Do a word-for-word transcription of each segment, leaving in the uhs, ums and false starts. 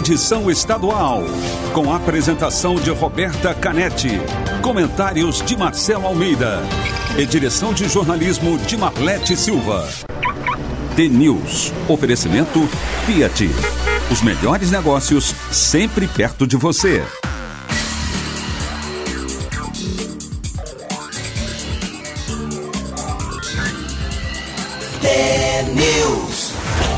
edição estadual, com a apresentação de Roberta Canetti, comentários de Marcelo Almeida e direção de jornalismo de Marlete Silva. T-News, oferecimento Fiat, os melhores negócios sempre perto de você. T-News.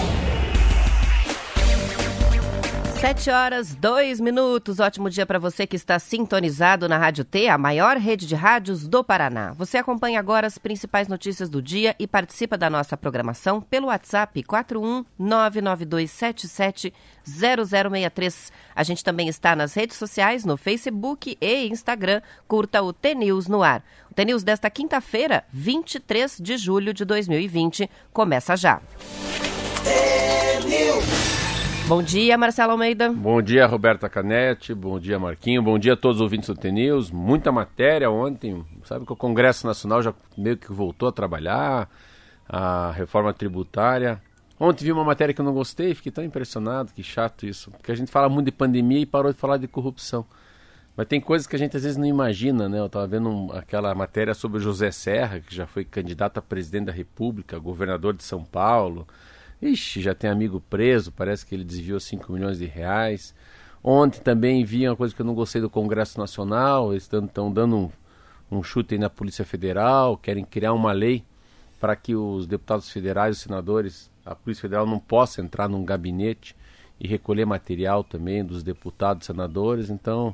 Sete horas, dois minutos. Ótimo dia para você que está sintonizado na Rádio T, a maior rede de rádios do Paraná. Você acompanha agora as principais notícias do dia e participa da nossa programação pelo WhatsApp quatro um nove nove dois sete sete zero zero seis três. A gente também está nas redes sociais, no Facebook e Instagram. Curta o T-News no ar. O T-News desta quinta-feira, vinte e três de julho de dois mil e vinte, começa já. T-News. Bom dia, Marcelo Almeida. Bom dia, Roberta Canetti. Bom dia, Marquinho. Bom dia a todos os ouvintes do T-News. Muita matéria ontem. Sabe que o Congresso Nacional já meio que voltou a trabalhar, a reforma tributária. Ontem vi uma matéria que eu não gostei, fiquei tão impressionado, que chato isso. Porque a gente fala muito de pandemia e parou de falar de corrupção. Mas tem coisas que a gente às vezes não imagina, né? Eu estava vendo um, aquela matéria sobre o José Serra, que já foi candidato a presidente da República, governador de São Paulo. Ixi, já tem amigo preso, parece que ele desviou cinco milhões de reais. Ontem também vi uma coisa que eu não gostei do Congresso Nacional, eles estão dando um, um chute aí na Polícia Federal, querem criar uma lei para que os deputados federais, os senadores, a Polícia Federal não possa entrar num gabinete e recolher material também dos deputados, senadores. Então,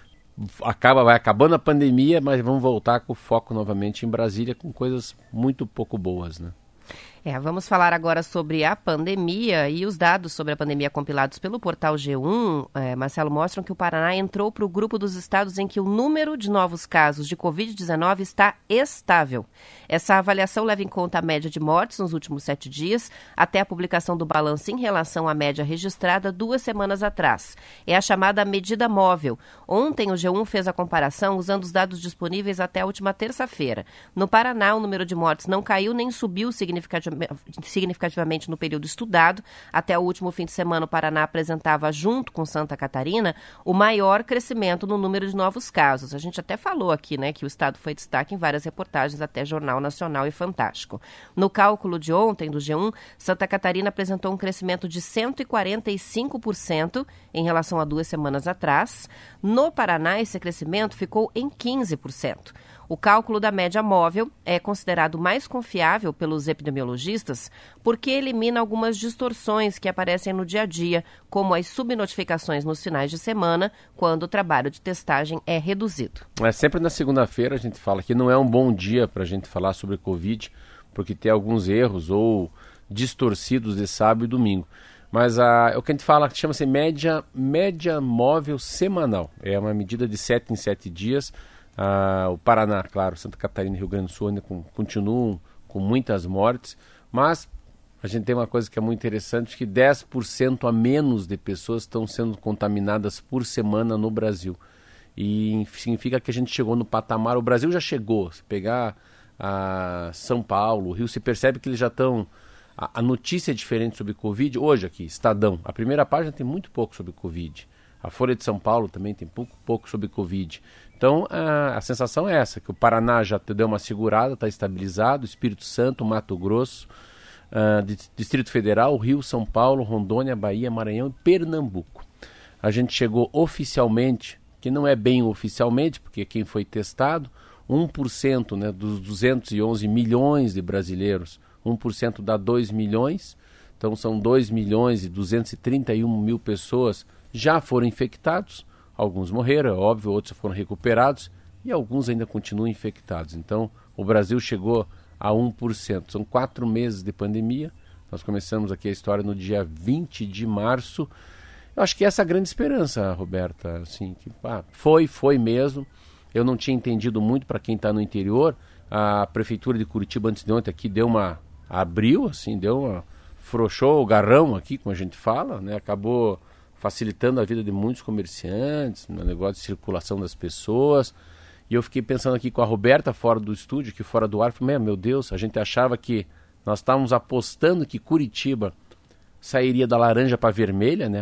acaba, vai acabando a pandemia, mas vamos voltar com o foco novamente em Brasília com coisas muito pouco boas, né? É, vamos falar agora sobre a pandemia e os dados sobre a pandemia compilados pelo portal G um, é, Marcelo, mostram que o Paraná entrou para o grupo dos estados em que o número de novos casos de covid dezenove está estável. Essa avaliação leva em conta a média de mortes nos últimos sete dias, até a publicação do balanço em relação à média registrada duas semanas atrás. É a chamada medida móvel. Ontem o G um fez a comparação usando os dados disponíveis até a última terça-feira. No Paraná, o número de mortes não caiu nem subiu significativamente significativamente no período estudado. Até o último fim de semana, o Paraná apresentava, junto com Santa Catarina, o maior crescimento no número de novos casos. A gente até falou aqui, né, que o estado foi destaque em várias reportagens, até Jornal Nacional e Fantástico. No cálculo de ontem, do G um, Santa Catarina apresentou um crescimento de cento e quarenta e cinco por cento em relação a duas semanas atrás. No Paraná, esse crescimento ficou em quinze por cento. O cálculo da média móvel é considerado mais confiável pelos epidemiologistas porque elimina algumas distorções que aparecem no dia a dia, como as subnotificações nos finais de semana, quando o trabalho de testagem é reduzido. É, sempre na segunda-feira a gente fala que não é um bom dia para a gente falar sobre Covid, porque tem alguns erros ou distorcidos de sábado e domingo. Mas a, o que a gente fala que chama-se média, média móvel semanal. É uma medida de sete em sete dias. Ah, o Paraná, claro, Santa Catarina e Rio Grande do Sul ainda com, continuam com muitas mortes, mas a gente tem uma coisa que é muito interessante, que dez por cento a menos de pessoas estão sendo contaminadas por semana no Brasil. E significa que a gente chegou no patamar, o Brasil já chegou, se pegar a São Paulo, o Rio, se percebe que eles já estão... A, a notícia é diferente sobre Covid, hoje aqui, Estadão, a primeira página tem muito pouco sobre Covid. A Folha de São Paulo também tem pouco, pouco sobre Covid. Então, a, a sensação é essa, que o Paraná já deu uma segurada, está estabilizado, Espírito Santo, Mato Grosso, uh, Distrito Federal, Rio, São Paulo, Rondônia, Bahia, Maranhão e Pernambuco. A gente chegou oficialmente, que não é bem oficialmente, porque quem foi testado, um por cento, né, dos duzentos e onze milhões de brasileiros, um por cento dá dois milhões, então são dois milhões e duzentos e trinta e um mil pessoas já foram infectados, alguns morreram, é óbvio, outros foram recuperados e alguns ainda continuam infectados. Então, o Brasil chegou a um por cento. São quatro meses de pandemia. Nós começamos aqui a história no dia vinte de março. Eu acho que essa é a grande esperança, Roberta. Assim, que, ah, foi, foi mesmo. Eu não tinha entendido muito para quem está no interior. A Prefeitura de Curitiba, antes de ontem, aqui deu uma... abriu, assim, deu uma... frouxou o garrão aqui, como a gente fala, né? Acabou facilitando a vida de muitos comerciantes, no negócio de circulação das pessoas. E eu fiquei pensando aqui com a Roberta fora do estúdio, aqui fora do ar, falei, meu Deus, a gente achava que nós estávamos apostando que Curitiba sairia da laranja para vermelha, né?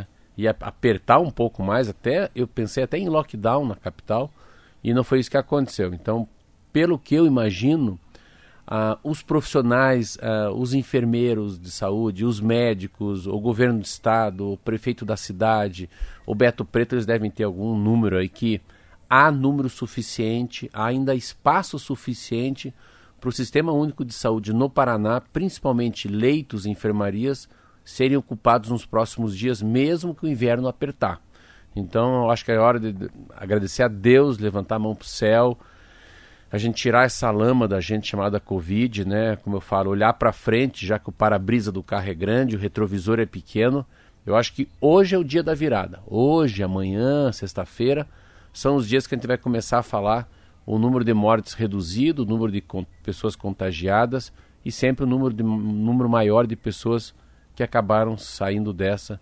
ia apertar um pouco mais, até eu pensei até em lockdown na capital, e não foi isso que aconteceu. Então, pelo que eu imagino, uh, os profissionais, uh, os enfermeiros de saúde, os médicos, o governo do estado, o prefeito da cidade, o Beto Preto, eles devem ter algum número aí que há número suficiente, há ainda espaço suficiente para o Sistema Único de Saúde no Paraná, principalmente leitos e enfermarias, serem ocupados nos próximos dias, mesmo que o inverno apertar. Então, eu acho que é hora de agradecer a Deus, levantar a mão para o céu, a gente tirar essa lama da gente chamada Covid, né? Como eu falo, olhar para frente, já que o para-brisa do carro é grande, o retrovisor é pequeno. Eu acho que hoje é o dia da virada. Hoje, amanhã, sexta-feira, são os dias que a gente vai começar a falar o número de mortes reduzido, o número de con- pessoas contagiadas e sempre o número, de, um número maior de pessoas que acabaram saindo dessa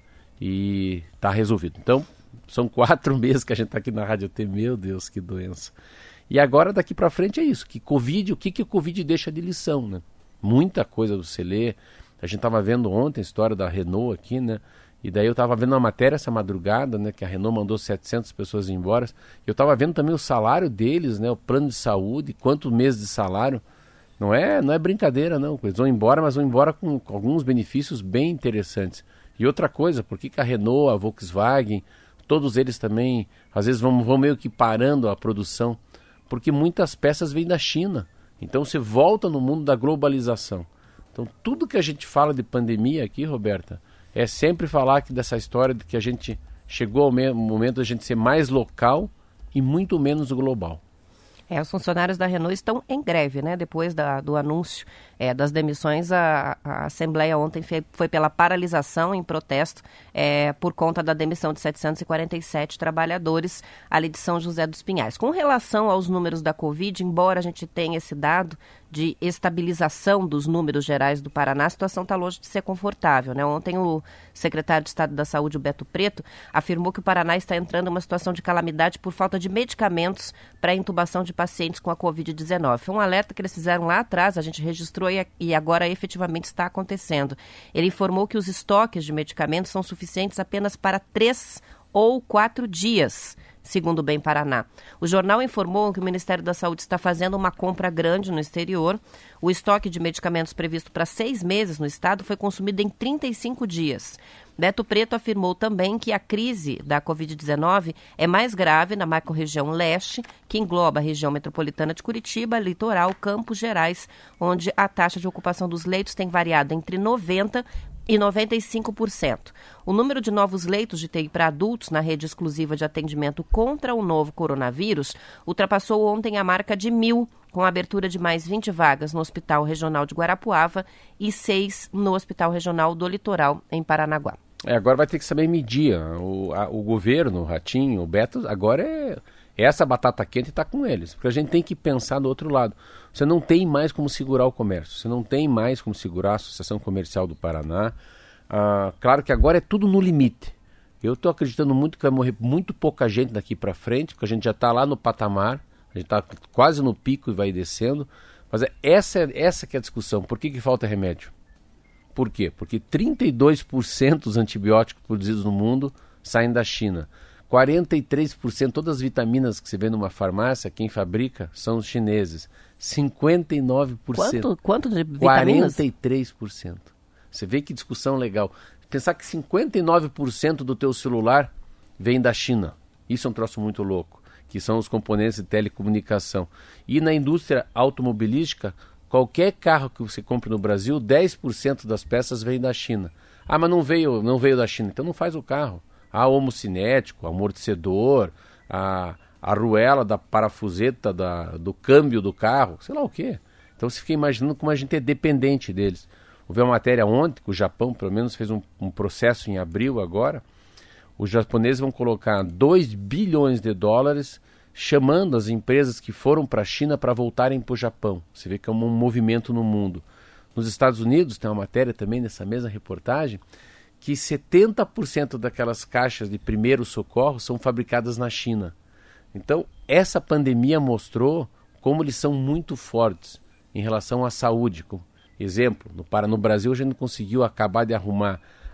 e está resolvido. Então, são quatro meses que a gente está aqui na Rádio T, meu Deus, que doença. E agora, daqui para frente, é isso, que Covid, o que, que o Covid deixa de lição, né? Muita coisa você lê, a gente estava vendo ontem a história da Renault aqui, né? E daí eu estava vendo uma matéria essa madrugada, né, que a Renault mandou setecentas pessoas embora. Eu estava vendo também o salário deles, né, o plano de saúde, quantos meses de salário. Não é, não é brincadeira, não. Eles vão embora, mas vão embora com, com alguns benefícios bem interessantes. E outra coisa, por que, que a Renault, a Volkswagen, todos eles também, às vezes vão, vão meio que parando a produção? Porque muitas peças vêm da China. Então você volta no mundo da globalização. Então tudo que a gente fala de pandemia aqui, Roberta, é sempre falar que dessa história de que a gente chegou ao momento de a gente ser mais local e muito menos global. É, os funcionários da Renault estão em greve, né? Depois da, do anúncio é, das demissões, a, a Assembleia ontem foi, foi pela paralisação em protesto é, por conta da demissão de setecentos e quarenta e sete trabalhadores ali de São José dos Pinhais. Com relação aos números da Covid, embora a gente tenha esse dado de estabilização dos números gerais do Paraná, a situação está longe de ser confortável, né? Ontem o secretário de Estado da Saúde, o Beto Preto, afirmou que o Paraná está entrando em uma situação de calamidade por falta de medicamentos para intubação de pacientes com a covid dezenove. Foi um alerta que eles fizeram lá atrás, a gente registrou e, e agora efetivamente está acontecendo. Ele informou que os estoques de medicamentos são suficientes apenas para três ou quatro dias, segundo o Bem Paraná. O jornal informou que o Ministério da Saúde está fazendo uma compra grande no exterior. O estoque de medicamentos previsto para seis meses no estado foi consumido em trinta e cinco dias. Beto Preto afirmou também que a crise da covid dezenove é mais grave na macro-região leste, que engloba a região metropolitana de Curitiba, litoral, Campos Gerais, onde a taxa de ocupação dos leitos tem variado entre noventa por cento e noventa e cinco por cento. O número de novos leitos de T I para adultos na rede exclusiva de atendimento contra o novo coronavírus ultrapassou ontem a marca de mil, com a abertura de mais vinte vagas no Hospital Regional de Guarapuava e seis no Hospital Regional do Litoral, em Paranaguá. É, agora vai ter que saber medir. O, a, o governo, o Ratinho, o Beto, agora é... Essa batata quente está com eles, porque a gente tem que pensar do outro lado. Você não tem mais como segurar o comércio, você não tem mais como segurar a Associação Comercial do Paraná. Ah, claro que agora é tudo no limite. Eu estou acreditando muito que vai morrer muito pouca gente daqui para frente, porque a gente já está lá no patamar, a gente está quase no pico e vai descendo. Mas é essa, essa que é a discussão. Por que, que falta remédio? Por quê? Porque trinta e dois por cento dos antibióticos produzidos no mundo saem da China. quarenta e três por cento, todas as vitaminas que você vê numa farmácia, quem fabrica são os chineses. cinquenta e nove por cento. Quanto, quanto de vitaminas? quarenta e três por cento. Você vê que discussão legal. Pensar que cinquenta e nove por cento do teu celular vem da China. Isso é um troço muito louco, que são os componentes de telecomunicação. E na indústria automobilística, qualquer carro que você compre no Brasil, dez por cento das peças vem da China. Ah, mas não veio, não veio da China, então não faz o carro. A homocinético, amortecedor, a, a arruela da parafuseta da, do câmbio do carro, sei lá o quê. Então você fica imaginando como a gente é dependente deles. Houve uma matéria ontem que o Japão, pelo menos, fez um, um processo em abril agora. Os japoneses vão colocar dois bilhões de dólares chamando as empresas que foram para a China para voltarem para o Japão. Você vê que é um movimento no mundo. Nos Estados Unidos, tem uma matéria também nessa mesma reportagem, que setenta por cento daquelas caixas de primeiro socorro são fabricadas na China. Então, essa pandemia mostrou como eles são muito fortes em relação à saúde. Exemplo, no, para, no Brasil a gente não conseguiu acabar de arrumar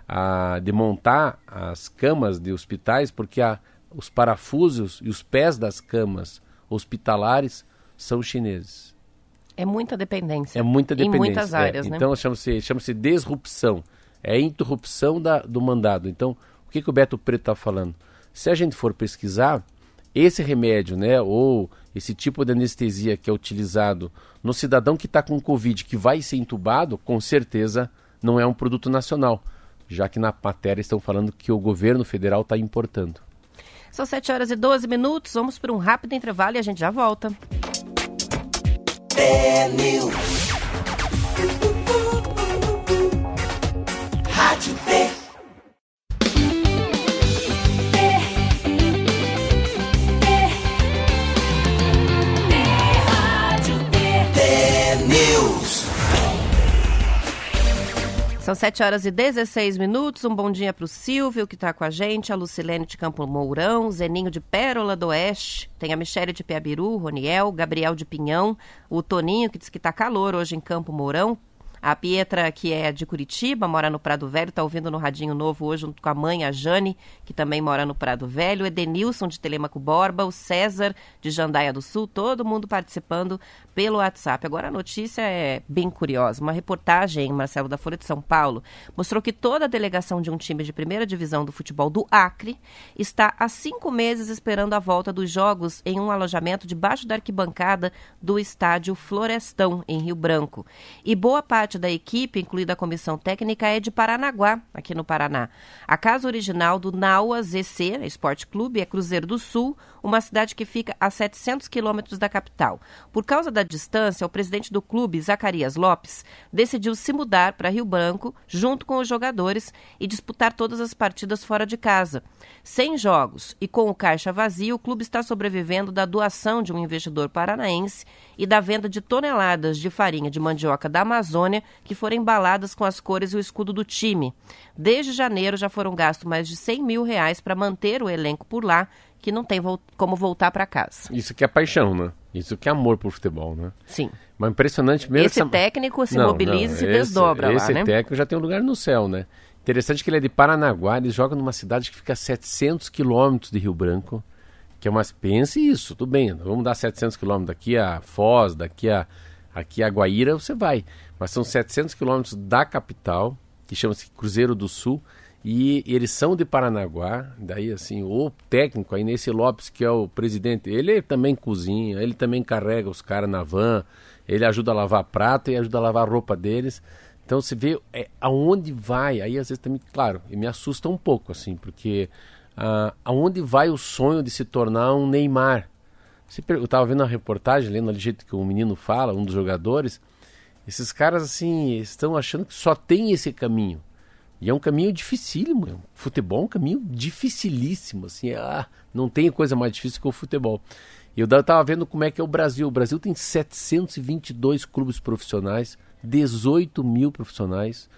a, de montar as camas de hospitais, porque a, os parafusos e os pés das camas hospitalares são chineses. É muita dependência. É muita dependência. Em muitas áreas, é. né? Então chama-se, chama-se disrupção. É a interrupção da, do mandado. Então, o que, que o Beto Preto está falando? Se a gente for pesquisar, esse remédio, né, ou esse tipo de anestesia que é utilizado no cidadão que está com Covid, que vai ser entubado, com certeza não é um produto nacional, já que na matéria estão falando que o governo federal está importando. São sete horas e doze minutos, vamos para um rápido intervalo e a gente já volta. T News. Rádio T. São sete horas e dezesseis minutos, um bom dia para o Silvio, que está com a gente, a Lucilene de Campo Mourão, Zeninho de Pérola do Oeste, tem a Michele de Piabiru, Roniel, Gabriel de Pinhão, o Toninho, que diz que está calor hoje em Campo Mourão, a Pietra, que é de Curitiba, mora no Prado Velho, está ouvindo no Radinho Novo hoje junto com a mãe, a Jane, que também mora no Prado Velho, o Edenilson de Telêmaco Borba, o César de Jandaia do Sul, todo mundo participando pelo WhatsApp. Agora a notícia é bem curiosa. Uma reportagem, Marcelo, da Folha de São Paulo, mostrou que toda a delegação de um time de primeira divisão do futebol do Acre está há cinco meses esperando a volta dos jogos em um alojamento debaixo da arquibancada do estádio Florestão, em Rio Branco. E boa parte da equipe, incluída a comissão técnica, é de Paranaguá, aqui no Paraná. A casa original do Naua Z C, Esporte Clube, é Cruzeiro do Sul, uma cidade que fica a setecentos quilômetros da capital. Por causa da distância, o presidente do clube, Zacarias Lopes, decidiu se mudar para Rio Branco, junto com os jogadores, e disputar todas as partidas fora de casa. Sem jogos e com o caixa vazio, o clube está sobrevivendo da doação de um investidor paranaense e da venda de toneladas de farinha de mandioca da Amazônia, que foram embaladas com as cores e o escudo do time. Desde janeiro já foram gastos mais de cem mil reais para manter o elenco por lá, que não tem vo- como voltar para casa. Isso que é paixão, né? Isso que é amor por futebol, né? Sim. Mas impressionante mesmo. Esse essa... técnico se não, mobiliza não, e se esse, desdobra esse lá, né? Esse técnico já tem um lugar no céu, né? Interessante que ele é de Paranaguá, ele joga numa cidade que fica a setecentos quilômetros de Rio Branco, que é uma... Pense isso, tudo bem, vamos dar setecentos quilômetros daqui a Foz, daqui a, aqui a Guaíra, você vai. Mas são setecentos quilômetros da capital, que chama-se Cruzeiro do Sul, e eles são de Paranaguá. Daí assim, o técnico aí, nesse Lopes, que é o presidente, ele também cozinha, ele também carrega os caras na van, ele ajuda a lavar prato e ajuda a lavar a roupa deles. Então você vê é, aonde vai, aí às vezes também, claro, e me assusta um pouco assim, porque ah, aonde vai o sonho de se tornar um Neymar? Eu estava vendo uma reportagem, lendo do jeito que o menino fala, um dos jogadores, esses caras assim, estão achando que só tem esse caminho. E é um caminho dificílimo, é um futebol é um caminho dificilíssimo, assim, ah, não tem coisa mais difícil que o futebol. E eu estava vendo como é que é o Brasil. O Brasil tem setecentos e vinte e dois clubes profissionais, dezoito mil profissionais,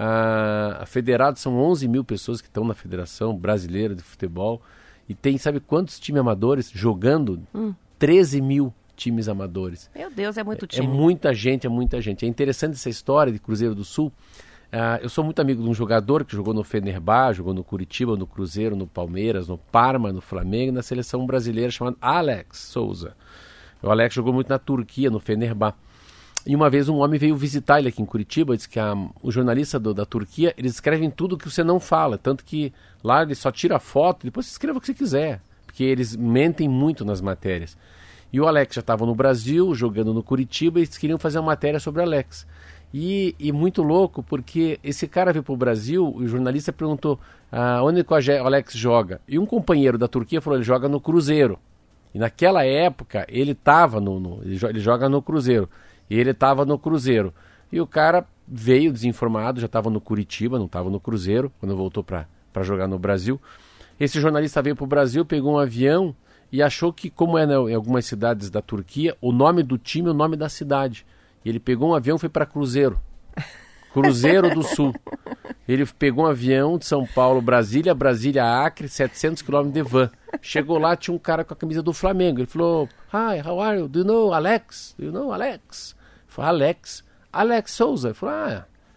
a, a federado são onze mil pessoas que estão na Federação Brasileira de Futebol, e tem, sabe quantos times amadores jogando? Hum. treze mil times amadores. Meu Deus, é muito time. É, é muita gente, é muita gente. É interessante essa história de Cruzeiro do Sul. Uh, eu sou muito amigo de um jogador que jogou no Fenerbahçe, jogou no Curitiba, no Cruzeiro, no Palmeiras, no Parma, no Flamengo e na seleção brasileira, chamado Alex Souza. O Alex jogou muito na Turquia, no Fenerbahçe. E uma vez um homem veio visitar ele aqui em Curitiba, disse que a, o jornalista do, da Turquia, eles escrevem tudo que você não fala, tanto que lá ele só tira a foto, depois você escreva o que você quiser, porque eles mentem muito nas matérias. E o Alex já estava no Brasil, jogando no Curitiba, e eles queriam fazer uma matéria sobre o Alex. E, e muito louco, porque esse cara veio para o Brasil, e o jornalista perguntou ah, onde o Alex joga. E um companheiro da Turquia falou, ele joga no Cruzeiro. E naquela época, ele estava no, no ele, ele joga no Cruzeiro. E ele estava no Cruzeiro. E o cara veio desinformado, já estava no Curitiba, não estava no Cruzeiro, quando voltou para jogar no Brasil. Esse jornalista veio para o Brasil, pegou um avião e achou que, como é, né, em algumas cidades da Turquia, o nome do time é o nome da cidade. E ele pegou um avião e foi para Cruzeiro. Cruzeiro do Sul. Ele pegou um avião de São Paulo, Brasília, Brasília, Acre, setecentos quilômetros de van. Chegou lá, tinha um cara com a camisa do Flamengo. Ele falou, hi, how are you? Do you know Alex? Do you know Alex? Ele falou, Alex? Alex Souza. Ele falou, ah,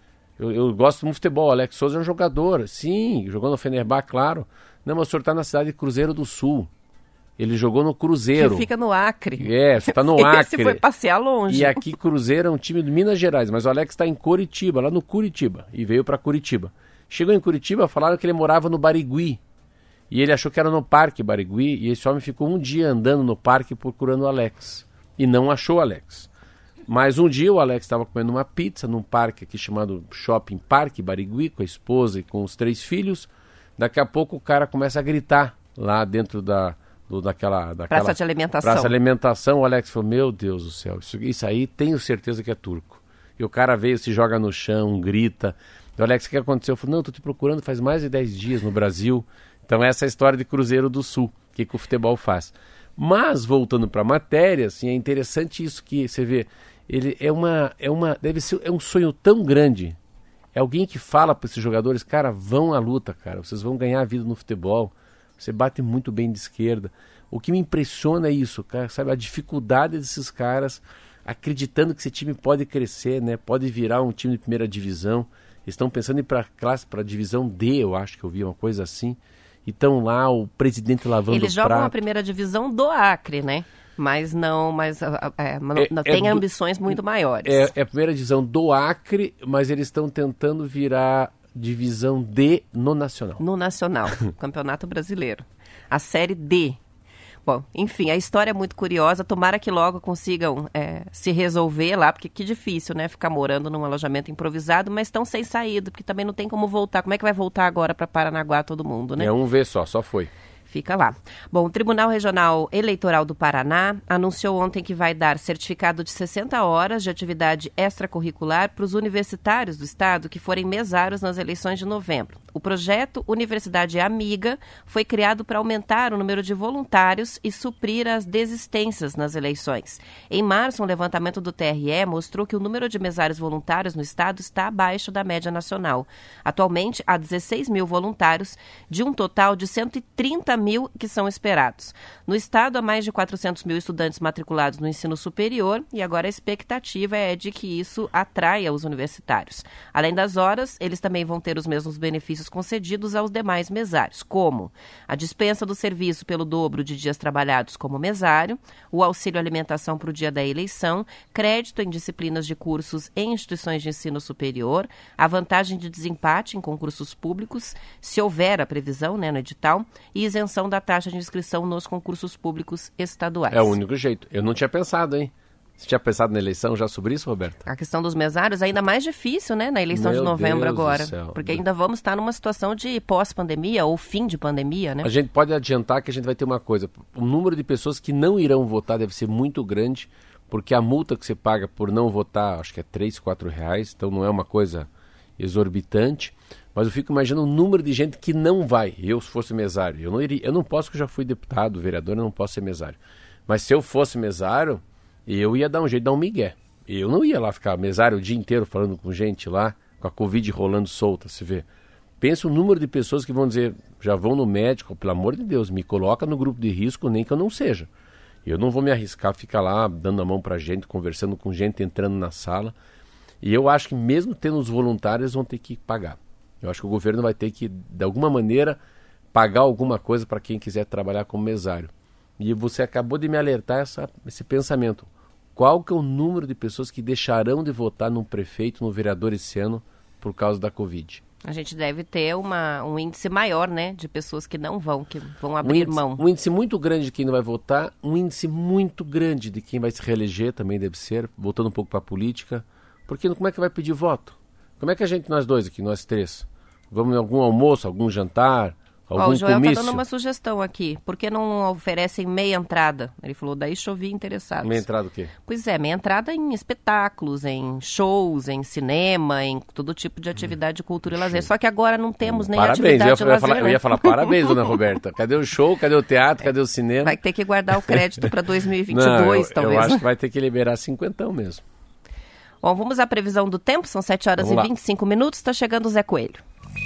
Eu, eu gosto muito de futebol, Alex Souza é um jogador. Sim, jogou no Fenerbahçe, claro. Não, mas o senhor está na cidade de Cruzeiro do Sul. Ele jogou no Cruzeiro. Que fica no Acre. É, você está no Acre. Esse foi passear longe. E aqui Cruzeiro é um time de Minas Gerais, mas o Alex está em Curitiba, lá no Curitiba, e veio para Curitiba. Chegou em Curitiba, falaram que ele morava no Barigui. E ele achou que era no Parque Barigui, e esse homem ficou um dia andando no parque procurando o Alex. E não achou o Alex. Mas um dia o Alex estava comendo uma pizza num parque aqui chamado Shopping Parque Barigui, com a esposa e com os três filhos. Daqui a pouco o cara começa a gritar lá dentro da, do, daquela, daquela... Praça de alimentação. Praça de alimentação. O Alex falou, meu Deus do céu, isso, isso aí tenho certeza que é turco. E o cara veio, se joga no chão, grita. E o Alex, o que aconteceu? Eu falei, não, estou te procurando faz mais de dez dias no Brasil. Então essa é a história de Cruzeiro do Sul, o que, que o futebol faz. Mas, voltando para a matéria, assim, é interessante isso que você vê. Ele é uma, é uma, deve ser, é um sonho tão grande. É alguém que fala para esses jogadores, cara, vão à luta, cara, vocês vão ganhar a vida no futebol. Você bate muito bem de esquerda. O que me impressiona é isso, cara, sabe, a dificuldade desses caras acreditando que esse time pode crescer, né? Pode virar um time de primeira divisão. Eles estão pensando em ir para a classe, para a divisão D, eu acho que eu vi uma coisa assim. E estão lá, o presidente lavando o prato. Eles jogam a primeira divisão do Acre, né? Mas não, mas é, não, é, não tem é ambições do, muito maiores. É, é a primeira divisão do Acre, mas eles estão tentando virar divisão D no Nacional. No Nacional, Campeonato Brasileiro. A Série D. Bom, enfim, a história é muito curiosa. Tomara que logo consigam é, se resolver lá, porque que difícil, né? Ficar morando num alojamento improvisado, mas estão sem saída, porque também não tem como voltar. Como é que vai voltar agora para Paranaguá todo mundo, né? É um vez só, só foi. Fica lá. Bom, o Tribunal Regional Eleitoral do Paraná anunciou ontem que vai dar certificado de sessenta horas de atividade extracurricular para os universitários do estado que forem mesários nas eleições de novembro. O projeto Universidade Amiga foi criado para aumentar o número de voluntários e suprir as desistências nas eleições. Em março, um levantamento do T R E mostrou que o número de mesários voluntários no estado está abaixo da média nacional. Atualmente, há dezesseis mil voluntários, de um total de cento e trinta mil que são esperados. No estado, há mais de quatrocentos mil estudantes matriculados no ensino superior e agora a expectativa é de que isso atraia os universitários. Além das horas, eles também vão ter os mesmos benefícios concedidos aos demais mesários, como a dispensa do serviço pelo dobro de dias trabalhados como mesário, o auxílio alimentação para o dia da eleição, crédito em disciplinas de cursos em instituições de ensino superior, a vantagem de desempate em concursos públicos, se houver a previsão, né, no edital, e isenção da taxa de inscrição nos concursos públicos estaduais. É o único jeito. Eu não tinha pensado, hein? Você tinha pensado na eleição já sobre isso, Roberta? A questão dos mesários é ainda mais difícil, né, na eleição Meu de novembro Deus agora. do céu. Porque ainda vamos estar numa situação de pós-pandemia ou fim de pandemia, né? A gente pode adiantar que a gente vai ter uma coisa. O número de pessoas que não irão votar deve ser muito grande, porque a multa que você paga por não votar, acho que é três, quatro reais, então não é uma coisa exorbitante. Mas eu fico imaginando o número de gente que não vai. Eu, se fosse mesário, eu não iria. Eu não posso, que eu já fui deputado, vereador, eu não posso ser mesário. Mas se eu fosse mesário, eu ia dar um jeito de dar um migué. Eu não ia lá ficar mesário o dia inteiro falando com gente lá, com a Covid rolando solta, se vê. Pensa o número de pessoas que vão dizer, já vão no médico, pelo amor de Deus, me coloca no grupo de risco, nem que eu não seja. Eu não vou me arriscar a ficar lá dando a mão pra gente, conversando com gente, entrando na sala. E eu acho que mesmo tendo os voluntários, vão ter que pagar. Eu acho que o governo vai ter que, de alguma maneira, pagar alguma coisa para quem quiser trabalhar como mesário. E você acabou de me alertar essa, esse pensamento. Qual que é o número de pessoas que deixarão de votar num prefeito, no vereador esse ano, por causa da Covid? A gente deve ter uma, um índice maior, né, de pessoas que não vão, que vão abrir um índice, mão. Um índice muito grande de quem não vai votar, um índice muito grande de quem vai se reeleger, também deve ser, voltando um pouco para a política. Porque como é que vai pedir voto? Como é que a gente, nós dois aqui, nós três, vamos em algum almoço, algum jantar, algum Ó, o Joel comício? está dando uma sugestão aqui. Por que não oferecem meia entrada? Ele falou, daí chovia interessados. Meia entrada o quê? Pois é, meia entrada em espetáculos, em shows, em cinema, em todo tipo de atividade de cultura e lazer. Só que agora não temos nem Parabéns, atividade eu ia, de eu ia lazer. falar, né? eu ia falar parabéns, dona Roberta. Cadê o show, cadê o teatro, cadê o cinema? Vai ter que guardar o crédito para dois mil e vinte e dois, não, eu, talvez. eu acho que vai ter que liberar cinquentão mesmo. Bom, vamos à previsão do tempo, são sete horas Vamos e vinte e cinco minutos, está chegando o Zé Coelho.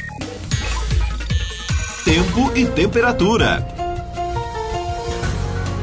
Tempo e temperatura.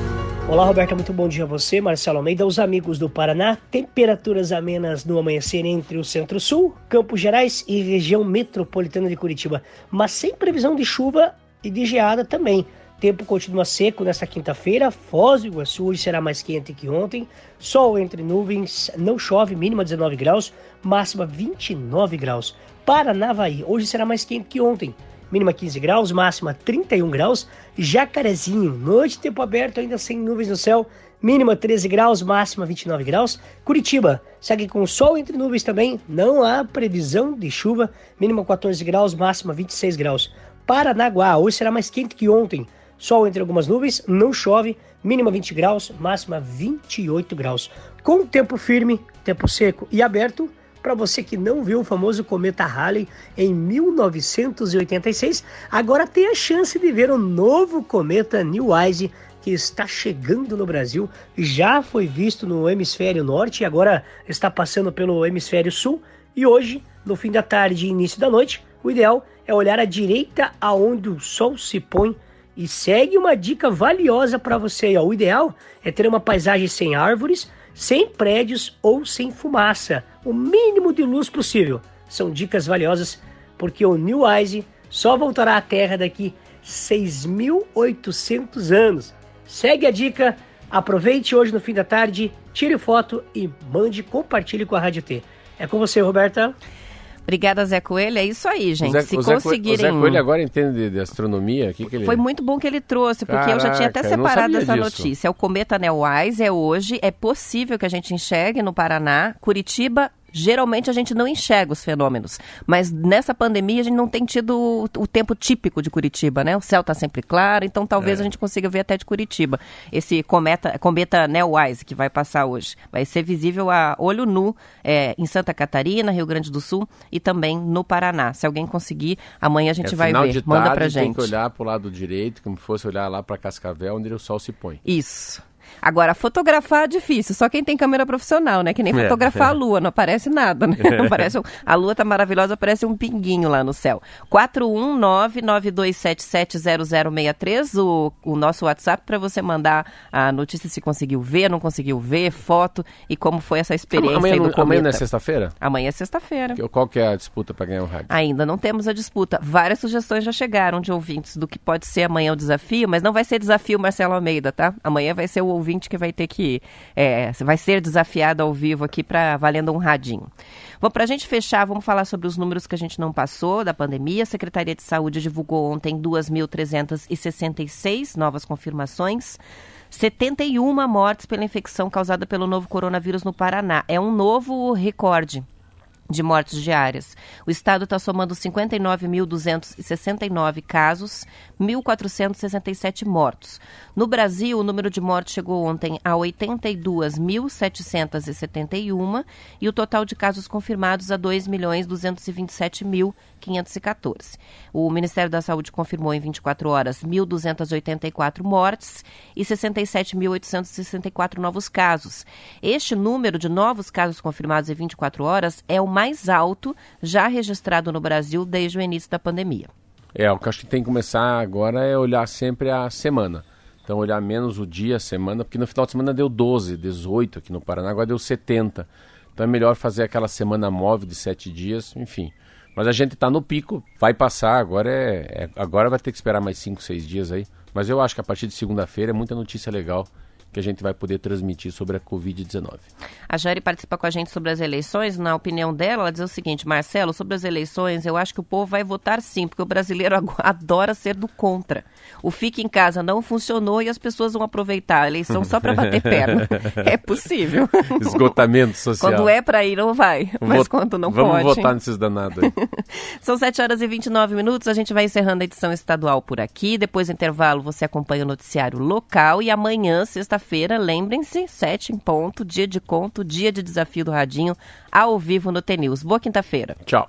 Olá, Roberta, muito bom dia a você, Marcelo Almeida, os amigos do Paraná. Temperaturas amenas no amanhecer entre o Centro-Sul, Campos Gerais e região metropolitana de Curitiba, mas sem previsão de chuva e de geada também. Tempo continua seco nesta quinta-feira. Foz do Iguaçu hoje será mais quente que ontem. Sol entre nuvens, não chove, mínima dezenove graus, máxima vinte e nove graus. Paranavaí hoje será mais quente que ontem. Mínima quinze graus, máxima trinta e um graus. Jacarezinho, noite, tempo aberto, ainda sem nuvens no céu. Mínima treze graus, máxima vinte e nove graus. Curitiba, segue com sol entre nuvens também. Não há previsão de chuva. Mínima quatorze graus, máxima vinte e seis graus. Paranaguá, hoje será mais quente que ontem. Sol entre algumas nuvens, não chove. Mínima vinte graus, máxima vinte e oito graus. Com tempo firme, tempo seco e aberto. Para você que não viu o famoso cometa Halley em mil novecentos e oitenta e seis, agora tem a chance de ver o novo cometa Neowise que está chegando no Brasil. Já foi visto no hemisfério norte e agora está passando pelo hemisfério sul. E hoje, no fim da tarde e início da noite, o ideal é olhar à direita aonde o sol se põe. E segue uma dica valiosa para você. Ó. O ideal é ter uma paisagem sem árvores, sem prédios ou sem fumaça. O mínimo de luz possível. São dicas valiosas porque o Neowise só voltará à Terra daqui seis mil e oitocentos anos. Segue a dica, aproveite hoje no fim da tarde, tire foto e mande, compartilhe com a Rádio T. É com você, Roberta. Obrigada, Zé Coelho. É isso aí, gente. O Zé, Se o Zé conseguirem... O Zé Coelho agora entende de, de astronomia? Que que ele... Foi muito bom que ele trouxe, porque Caraca, eu já tinha até separado essa disso. notícia. O cometa Neowise é hoje, é possível que a gente enxergue no Paraná, Curitiba. Geralmente a gente não enxerga os fenômenos, mas nessa pandemia a gente não tem tido o, o tempo típico de Curitiba, né? O céu está sempre claro, então talvez é. a gente consiga ver até de Curitiba. Esse cometa, cometa Neowise que vai passar hoje, vai ser visível a olho nu é, em Santa Catarina, Rio Grande do Sul e também no Paraná. Se alguém conseguir, amanhã a gente é, vai ver. De Manda tarde, pra gente. Tem que olhar para o lado direito, como fosse olhar lá para Cascavel, onde o sol se põe. Isso. Agora, fotografar é difícil, só quem tem câmera profissional, né? Que nem fotografar é. a lua, não aparece nada, né? Não aparece um, a lua tá maravilhosa, aparece um pinguinho lá no céu. quatro um nove, nove dois sete sete, zero zero seis três, o, o nosso WhatsApp para você mandar a notícia se conseguiu ver, não conseguiu ver, foto e como foi essa experiência amanhã, aí do cometa. Amanhã não é sexta-feira? Amanhã é sexta-feira. Qual que é a disputa para ganhar o rádio? Ainda não temos a disputa. Várias sugestões já chegaram de ouvintes do que pode ser amanhã o desafio, mas não vai ser desafio Marcelo Almeida, tá? Amanhã vai ser o ouvinte que vai ter que É, vai ser desafiado ao vivo aqui para valendo um radinho. Bom, para a gente fechar, vamos falar sobre os números que a gente não passou da pandemia. A Secretaria de Saúde divulgou ontem duas mil trezentas e sessenta e seis novas confirmações, setenta e uma mortes pela infecção causada pelo novo coronavírus no Paraná. É um novo recorde de mortes diárias. O estado está somando cinquenta e nove mil duzentos e sessenta e nove casos, mil quatrocentos e sessenta e sete mortos. No Brasil, o número de mortes chegou ontem a oitenta e dois mil setecentos e setenta e um e o total de casos confirmados a dois milhões duzentos e vinte e sete mil quinhentos e quatorze. O Ministério da Saúde confirmou em vinte e quatro horas mil duzentos e oitenta e quatro mortes e sessenta e sete mil oitocentos e sessenta e quatro novos casos. Este número de novos casos confirmados em vinte e quatro horas é o mais alto já registrado no Brasil desde o início da pandemia. É, o que eu acho que tem que começar agora é olhar sempre a semana. Então, olhar menos o dia, a semana, porque no final de semana deu doze, dezoito aqui no Paraná, agora deu setenta. Então, é melhor fazer aquela semana móvel de sete dias, enfim. Mas a gente está no pico, vai passar, agora, é, é, agora vai ter que esperar mais cinco, seis dias aí. Mas eu acho que a partir de segunda-feira é muita notícia legal que a gente vai poder transmitir sobre a covid dezenove. A Jari participa com a gente sobre as eleições. Na opinião dela, ela diz o seguinte: Marcelo, sobre as eleições, eu acho que o povo vai votar sim, porque o brasileiro adora ser do contra. O fique em casa não funcionou e as pessoas vão aproveitar a eleição só para bater perna. É possível. Esgotamento social. Quando é para ir, não vai. Mas Vot... quando não Vamos pode... Vamos votar nesses danados aí. São sete horas e vinte e nove minutos. A gente vai encerrando a edição estadual por aqui. Depois do intervalo, você acompanha o noticiário local. E amanhã, sexta-feira, Feira, lembrem-se, sete em ponto, dia de conto, dia de desafio do Radinho, ao vivo no T News. Boa quinta-feira. Tchau.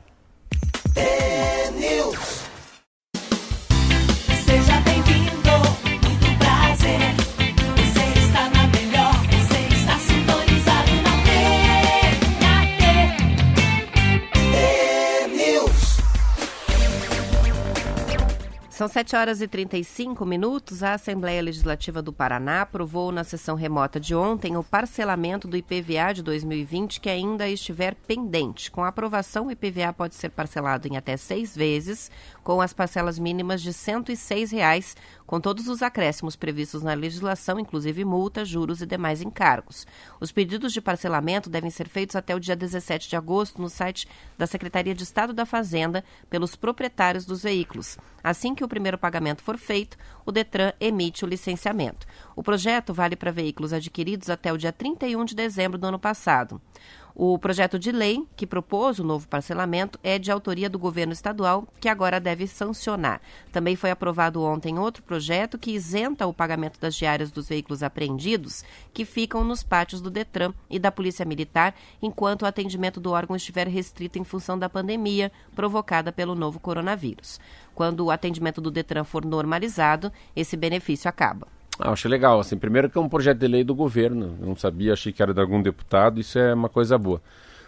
Seja bem-vindo, muito prazer. Você está na melhor, você está sintonizado na T News. São sete horas e trinta e cinco minutos. A Assembleia Legislativa do Paraná aprovou na sessão remota de ontem o parcelamento do I P V A de dois mil e vinte que ainda estiver pendente. Com a aprovação, o I P V A pode ser parcelado em até seis vezes, com as parcelas mínimas de cento e seis reais, com todos os acréscimos previstos na legislação, inclusive multa, juros e demais encargos. Os pedidos de parcelamento devem ser feitos até o dia dezessete de agosto no site da Secretaria de Estado da Fazenda pelos proprietários dos veículos. Assim que o primeiro pagamento for feito, o Detran emite o licenciamento. O projeto vale para veículos adquiridos até o dia trinta e um de dezembro do ano passado. O projeto de lei que propôs o novo parcelamento é de autoria do governo estadual, que agora deve sancionar. Também foi aprovado ontem outro projeto que isenta o pagamento das diárias dos veículos apreendidos que ficam nos pátios do Detran e da Polícia Militar, enquanto o atendimento do órgão estiver restrito em função da pandemia provocada pelo novo coronavírus. Quando o atendimento do Detran for normalizado, esse benefício acaba. Ah, achei legal. Assim, primeiro que é um projeto de lei do governo. Eu não sabia, achei que era de algum deputado. Isso é uma coisa boa.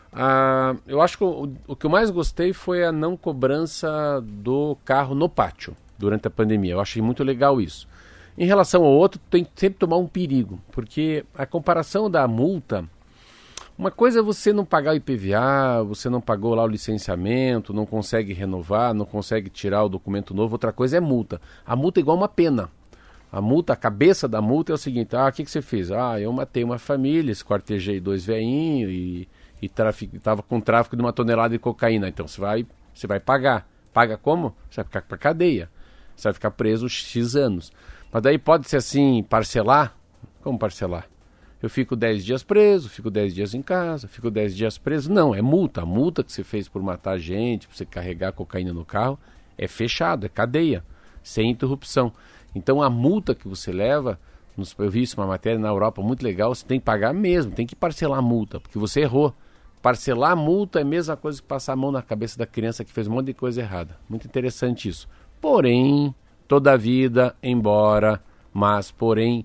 Ah, eu acho que o, o que eu mais gostei foi a não cobrança do carro no pátio durante a pandemia. Eu achei muito legal isso. Em relação ao outro, tem que sempre tomar um perigo, porque a comparação da multa, uma coisa é você não pagar o I P V A, você não pagou lá o licenciamento, não consegue renovar, não consegue tirar o documento novo. Outra coisa é multa. A multa é igual uma pena. A multa, a cabeça da multa é o seguinte: ah, o que, que você fez? Ah, eu matei uma família, esquartejei dois veinhos e estava com tráfico de uma tonelada de cocaína. Então você vai, você vai pagar. Paga como? Você vai ficar para cadeia. Você vai ficar preso X anos. Mas daí pode ser assim, parcelar? Como parcelar? Eu fico dez dias preso, fico dez dias em casa, fico dez dias preso. Não, é multa. A multa que você fez por matar gente, por você carregar cocaína no carro, é fechado, é cadeia, sem interrupção. Então a multa que você leva, eu vi isso uma matéria na Europa muito legal, você tem que pagar mesmo, tem que parcelar a multa, porque você errou. Parcelar a multa é a mesma coisa que passar a mão na cabeça da criança que fez um monte de coisa errada. Muito interessante isso. Porém, toda a vida, embora, mas, porém,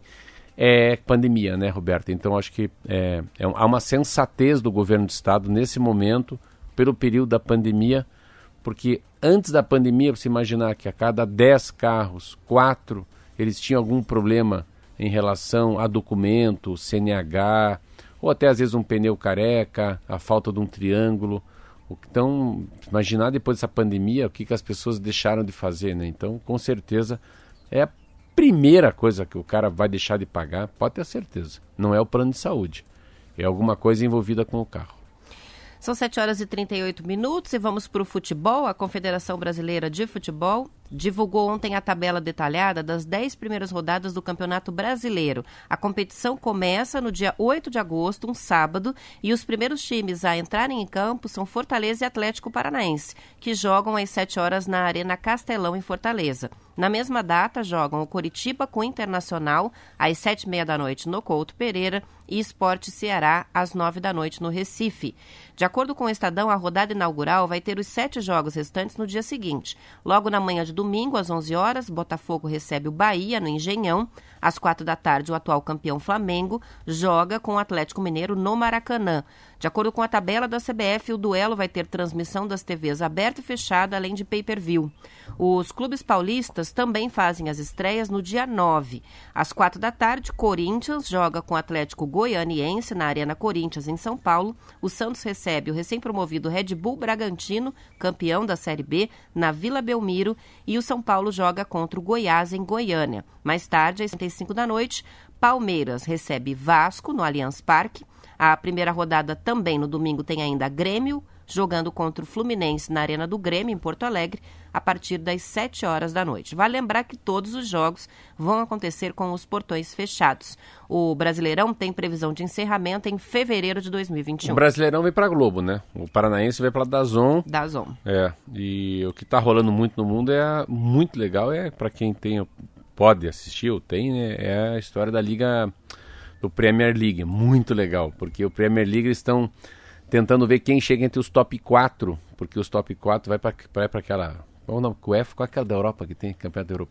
é pandemia, né, Roberto? Então acho que é, é, há uma sensatez do governo do estado nesse momento, pelo período da pandemia, porque antes da pandemia, você imaginar que a cada dez carros, quatro, eles tinham algum problema em relação a documento, C N H, ou até às vezes um pneu careca, a falta de um triângulo. Então, imaginar depois dessa pandemia o que, que as pessoas deixaram de fazer, né? Então, com certeza, é a primeira coisa que o cara vai deixar de pagar, pode ter certeza. Não é o plano de saúde, é alguma coisa envolvida com o carro. São sete horas e trinta e oito minutos e vamos para o futebol. A Confederação Brasileira de Futebol divulgou ontem a tabela detalhada das dez primeiras rodadas do Campeonato Brasileiro. A competição começa no dia oito de agosto, um sábado, e os primeiros times a entrarem em campo são Fortaleza e Atlético Paranaense, que jogam às sete horas na Arena Castelão, em Fortaleza. Na mesma data, jogam o Coritiba com o Internacional às sete e meia da noite no Couto Pereira e Sport Ceará às nove da noite no Recife. De acordo com o Estadão, a rodada inaugural vai ter os sete jogos restantes no dia seguinte. Logo na manhã de domingo, às onze horas, Botafogo recebe o Bahia no Engenhão. Às quatro da tarde, o atual campeão Flamengo joga com o Atlético Mineiro no Maracanã. De acordo com a tabela da C B F, o duelo vai ter transmissão das T Vs aberta e fechada, além de pay-per-view. Os clubes paulistas também fazem as estreias no dia nove. Às quatro da tarde, Corinthians joga com o Atlético Goianiense na Arena Corinthians, em São Paulo. O Santos recebe o recém-promovido Red Bull Bragantino, campeão da Série B, na Vila Belmiro. E o São Paulo joga contra o Goiás, em Goiânia. Mais tarde, às sete e cinco da noite, Palmeiras recebe Vasco no Allianz Parque. A primeira rodada também no domingo tem ainda Grêmio, jogando contra o Fluminense na Arena do Grêmio, em Porto Alegre, a partir das sete horas da noite. Vale lembrar que todos os jogos vão acontecer com os portões fechados. O Brasileirão tem previsão de encerramento em fevereiro de dois mil e vinte e um. O Brasileirão vem para Globo, né? O Paranaense vai para DAZN. DAZN. É, e o que está rolando muito no mundo é muito legal, é para quem tem, pode assistir ou tem, né? É a história da Liga... do Premier League, muito legal, porque o Premier League eles estão tentando ver quem chega entre os top quatro, porque os top quatro vai para vai para aquela, qual é o nome, UEFA, qual é aquela da Europa que tem, campeonato europeu?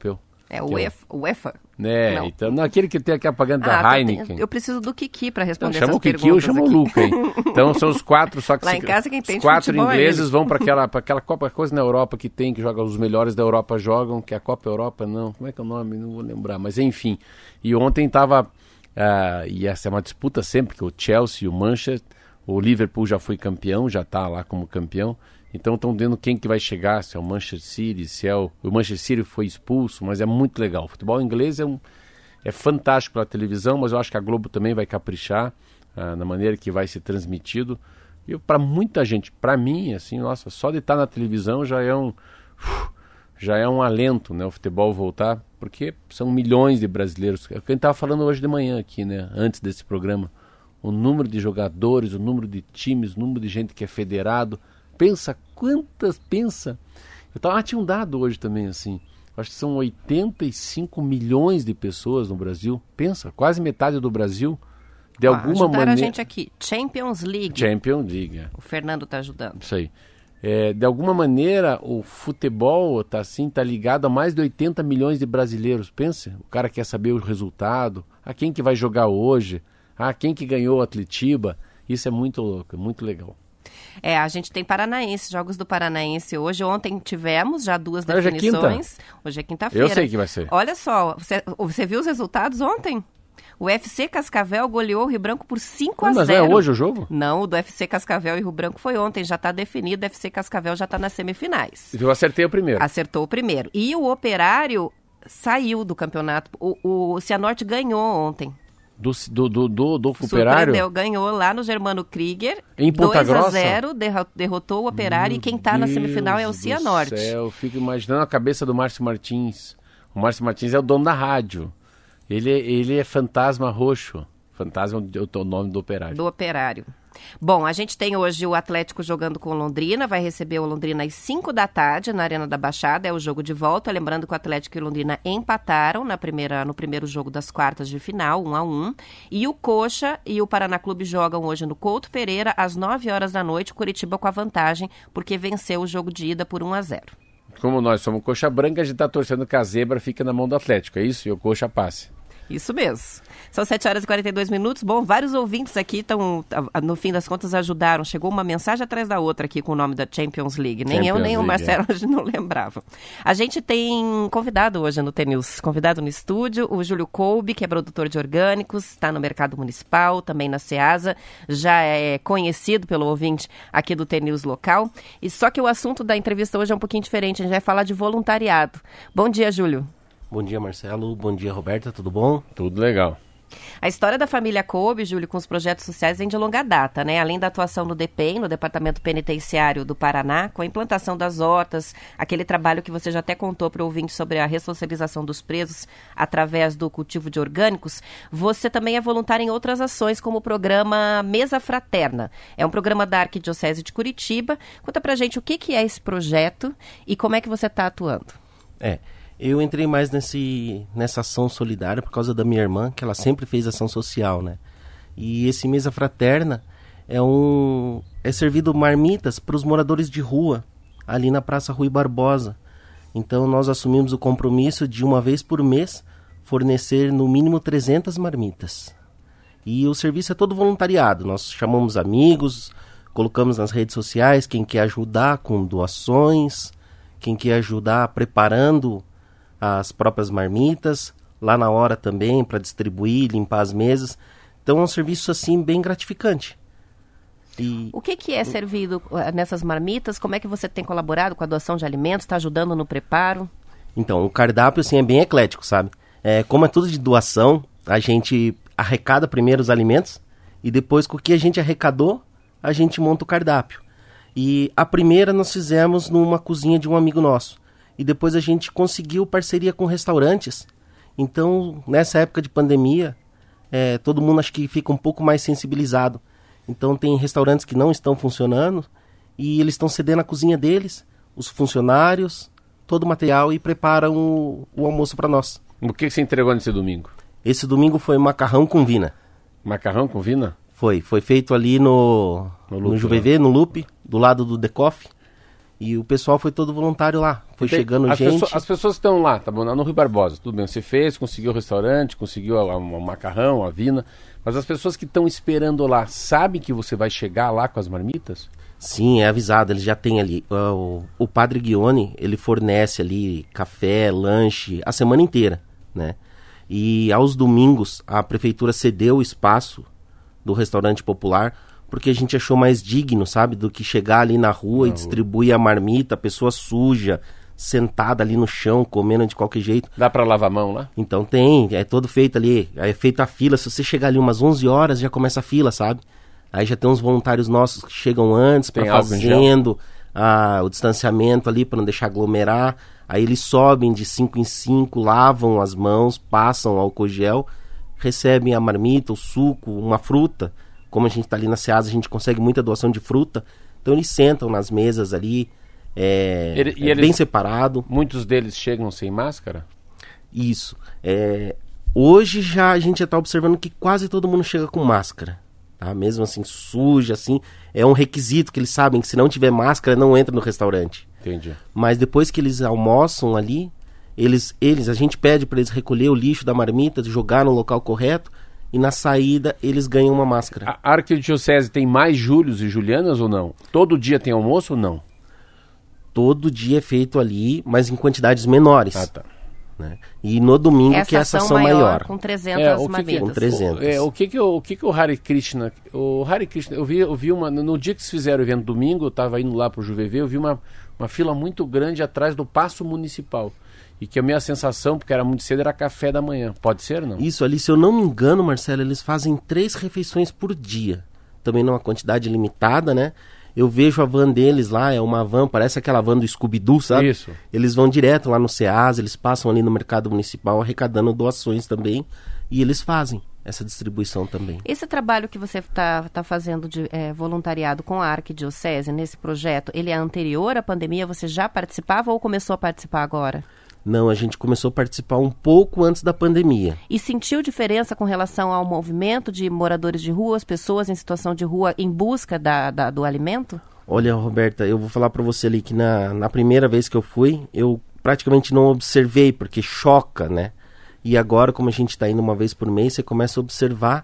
É o UEFA. UEFA. É, Não. então, não, aquele que tem aqui a propaganda Ah, da tá, Heineken. tem- eu preciso do Kiki para Então, responder chama essas o Kiki, eu perguntas chamo o aqui. Luca, hein? Então são os quatro, só que Lá se- em casa quem os tem de quatro futebol é ingleses ele. vão para aquela, pra aquela Copa, coisa na Europa que tem, que joga os melhores da Europa jogam, que é a Copa Europa, não, como é que é o nome? Não vou lembrar, mas enfim. E ontem tava, ah, e essa é uma disputa sempre, que o Chelsea e o Manchester, o Liverpool já foi campeão, já tá lá como campeão, então estão vendo quem que vai chegar, se é o Manchester City, se é o... O Manchester City foi expulso, mas é muito legal. O futebol inglês é, um, é fantástico pela televisão, mas eu acho que a Globo também vai caprichar ah, na maneira que vai ser transmitido. E para muita gente, para mim, assim, nossa, só de estar na televisão já é um... já é um alento, né, o futebol voltar, porque são milhões de brasileiros. É o que a gente estava falando hoje de manhã aqui, né, antes desse programa. O número de jogadores, o número de times, o número de gente que é federado. Pensa quantas, pensa. Eu tava, ah, tinha um dado hoje também, assim. Acho que são oitenta e cinco milhões de pessoas no Brasil. Pensa, quase metade do Brasil, de Ó, alguma ajudaram maneira... a gente aqui. Champions League. Champions League, é. O Fernando está ajudando. Isso aí. É, de alguma maneira, o futebol tá assim, tá ligado a mais de oitenta milhões de brasileiros. Pensa, o cara quer saber o resultado, a quem que vai jogar hoje, a quem que ganhou o Atletiba. Isso é muito louco, é muito legal. É, a gente tem Paranaense, jogos do Paranaense hoje. Ontem tivemos já duas Hoje é definições. quinta? Hoje é quinta-feira. Eu sei que vai ser. Olha só, você, você viu os resultados ontem? O F C Cascavel goleou o Rio Branco por cinco a Mas zero. não é hoje o jogo? Não, o do F C Cascavel e Rio Branco foi ontem, já está definido. O F C Cascavel já está nas semifinais. Eu acertei o primeiro. Acertou o primeiro. E o Operário saiu do campeonato. O, o Cianorte ganhou ontem. Do, do, do, do, do Operário? Surpreendeu, ganhou lá no Germano Krieger. Em Ponta dois a Grossa? zero, derro- derrotou o Operário. Meu E quem está na semifinal é o Deus do Cianorte. céu, eu fico imaginando a cabeça do Márcio Martins. O Márcio Martins é o dono da rádio. Ele, é- ele é fantasma roxo. Fantasma é o nome do Operário. Do Operário. Bom, a gente tem hoje o Atlético jogando com o Londrina, vai receber o Londrina às cinco da tarde na Arena da Baixada, é o jogo de volta, lembrando que o Atlético e o Londrina empataram na primeira, no primeiro jogo das quartas de final, um a um, e o Coxa e o Paraná Clube jogam hoje no Couto Pereira às nove horas da noite, Curitiba com a vantagem, porque venceu o jogo de ida por um a zero. Como nós somos coxa branca, a gente está torcendo que a zebra fica na mão do Atlético, é isso? E o coxa passe. Isso mesmo. São sete horas e quarenta e dois minutos. Bom, vários ouvintes aqui estão, no fim das contas, ajudaram. Chegou uma mensagem atrás da outra aqui com o nome da Champions League. Nem Champions eu, nem o League, Marcelo hoje não lembravam. A gente tem convidado hoje no T-News. Convidado no estúdio, o Júlio Kolbe, que é produtor de orgânicos, está no mercado municipal, também na Ceasa. Já é conhecido pelo ouvinte aqui do T-News local. E só que o assunto da entrevista hoje é um pouquinho diferente. A gente vai falar de voluntariado. Bom dia, Júlio. Bom dia, Marcelo. Bom dia, Roberta. Tudo bom? Tudo legal. A história da família Kolbe, Júlio, com os projetos sociais vem de longa data, né? Além da atuação no D P E M, no Departamento Penitenciário do Paraná, com a implantação das hortas, aquele trabalho que você já até contou para o ouvinte sobre a ressocialização dos presos através do cultivo de orgânicos, você também é voluntário em outras ações, como o programa Mesa Fraterna. É um programa da Arquidiocese de Curitiba. Conta pra gente o que, que é esse projeto e como é que você está atuando. É, eu entrei mais nesse, nessa ação solidária por causa da minha irmã, que ela sempre fez ação social, né? E esse Mesa Fraterna é um é servido marmitas para os moradores de rua, ali na Praça Rui Barbosa. Então nós assumimos o compromisso de uma vez por mês fornecer no mínimo trezentas marmitas. E o serviço é todo voluntariado, nós chamamos amigos, colocamos nas redes sociais quem quer ajudar com doações, quem quer ajudar preparando as próprias marmitas, lá na hora também para distribuir, limpar as mesas. Então é um serviço assim bem gratificante. E... O que, que é servido uh, nessas marmitas? Como é que você tem colaborado com a doação de alimentos? Está ajudando no preparo? Então, o cardápio assim, é bem eclético, sabe? É, como é tudo de doação, a gente arrecada primeiro os alimentos e depois com o que a gente arrecadou, a gente monta o cardápio. E a primeira nós fizemos numa cozinha de um amigo nosso. E depois a gente conseguiu parceria com restaurantes. Então, nessa época de pandemia, é, todo mundo acho que fica um pouco mais sensibilizado. Então, tem restaurantes que não estão funcionando e eles estão cedendo a cozinha deles, os funcionários, todo o material e preparam o, o almoço para nós. O que você entregou nesse domingo? Esse domingo foi macarrão com vina. Macarrão com vina? Foi, foi feito ali no, No no, Loop, Ju V V, no Loop, do lado do Decoff. E o pessoal foi todo voluntário lá. Foi Tem- chegando as gente. pessoas, as pessoas que estão lá, tá bom? No Rui Barbosa, tudo bem. Você fez, conseguiu o restaurante, conseguiu a- a- o macarrão, a vina. Mas as pessoas que estão esperando lá, sabem que você vai chegar lá com as marmitas? Sim, é avisado, eles já têm ali. O, o Padre Guione, ele fornece ali café, lanche, a semana inteira, né? E aos domingos, a prefeitura cedeu o espaço do restaurante popular, porque a gente achou mais digno, sabe? Do que chegar ali na rua e distribuir a marmita, a pessoa suja, sentada ali no chão, comendo de qualquer jeito. Dá pra lavar a mão lá? Então tem, é todo feito ali, é feita a fila. Se você chegar ali umas onze horas, já começa a fila, sabe? Aí já tem uns voluntários nossos que chegam antes Tem para álcool em gel? fazendo ah, o distanciamento ali para não deixar aglomerar. Aí eles sobem de cinco em cinco, lavam as mãos, passam álcool gel, recebem a marmita, o suco, uma fruta. Como a gente está ali na Ceasa, a gente consegue muita doação de fruta. Então eles sentam nas mesas ali, é, Ele- e é eles- bem separado. Muitos deles chegam sem máscara? Isso. É, hoje já a gente já está observando que quase todo mundo chega com máscara. Tá? Mesmo assim, suja, assim. É um requisito que eles sabem que se não tiver máscara, não entra no restaurante. Entendi. Mas depois que eles almoçam ali, eles, eles a gente pede para eles recolher o lixo da marmita, jogar no local correto, e na saída eles ganham uma máscara. A Arquidiocese tem mais Júlios e Julianas ou não? Todo dia tem almoço ou não? Todo dia é feito ali, mas em quantidades menores. Ah, tá. Né? E no domingo Essa que é a ação ação maior, maior. com trezentas É, o que que- marmitas. Com trezentas. É, o que que, o, o que que o Hare Krishna... O Hare Krishna, eu vi, eu vi uma... No dia que vocês fizeram o evento domingo, eu estava indo lá pro Ju V V, eu vi uma, uma fila muito grande atrás do Paço Municipal. E que a minha sensação, porque era muito cedo, era café da manhã. Pode ser, não? Isso ali, se eu não me engano, Marcelo, eles fazem três refeições por dia. Também numa quantidade limitada, né? Eu vejo a van deles lá, é uma van, parece aquela van do Scooby-Doo, sabe? Isso. Eles vão direto lá no Ceasa, eles passam ali no mercado municipal arrecadando doações também. E eles fazem essa distribuição também. Esse trabalho que você está tá fazendo de é, voluntariado com a Arquidiocese, nesse projeto, ele é anterior à pandemia? Você já participava ou começou a participar agora? Não, a gente começou a participar um pouco antes da pandemia. E sentiu diferença com relação ao movimento de moradores de rua, as pessoas em situação de rua em busca da, da- do alimento? Olha, Roberta, eu vou falar pra você ali que na, na primeira vez que eu fui, eu praticamente não observei, porque choca, né? E agora, como a gente tá indo uma vez por mês, você começa a observar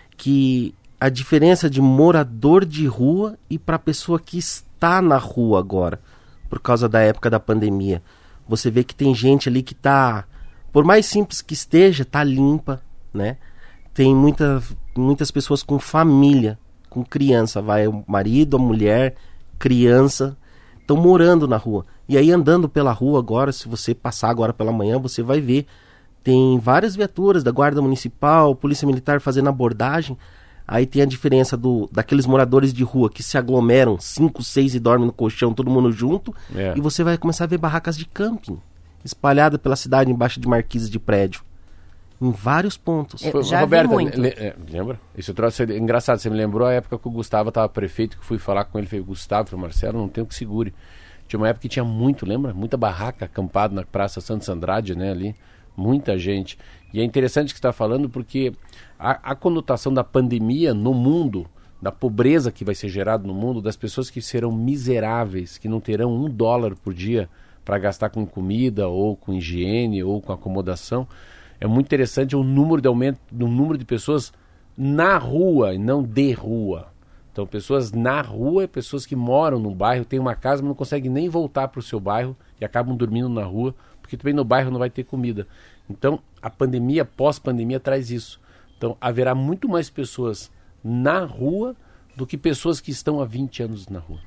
que a diferença de morador de rua e pra pessoa que está na rua agora, por causa da época da pandemia. Você vê que tem gente ali que tá, por mais simples que esteja, tá limpa, né? Tem muita, muitas pessoas com família, com criança, vai o marido, a mulher, criança, estão morando na rua. E aí andando pela rua agora, se você passar agora pela manhã, você vai ver, tem várias viaturas da Guarda Municipal, Polícia Militar fazendo abordagem. Aí tem a diferença do, daqueles moradores de rua que se aglomeram, cinco, seis e dormem no colchão, todo mundo junto. É. E você vai começar a ver barracas de camping, espalhadas pela cidade embaixo de marquises de prédio. Em vários pontos. Eu Foi- já vi Roberta, muito. le- é, lembra? Isso trouxe, é engraçado, você me lembrou a época que o Gustavo estava prefeito, que eu fui falar com ele, falei, Gustavo, falei, Marcelo, não tem o que segure. Tinha uma época que tinha muito, lembra? Muita barraca acampada na Praça Santos Andrade, né, ali. Muita gente. E é interessante o que você está falando, porque a, a conotação da pandemia no mundo, da pobreza que vai ser gerada no mundo, das pessoas que serão miseráveis, que não terão um dólar por dia para gastar com comida, ou com higiene, ou com acomodação, é muito interessante o número de aumento do número de pessoas na rua e não de rua. Então, pessoas na rua, pessoas que moram no bairro, têm uma casa, mas não conseguem nem voltar para o seu bairro e acabam dormindo na rua, porque também no bairro não vai ter comida. Então, a pandemia, pós-pandemia, traz isso. Então, haverá muito mais pessoas na rua do que pessoas que estão há vinte anos na rua.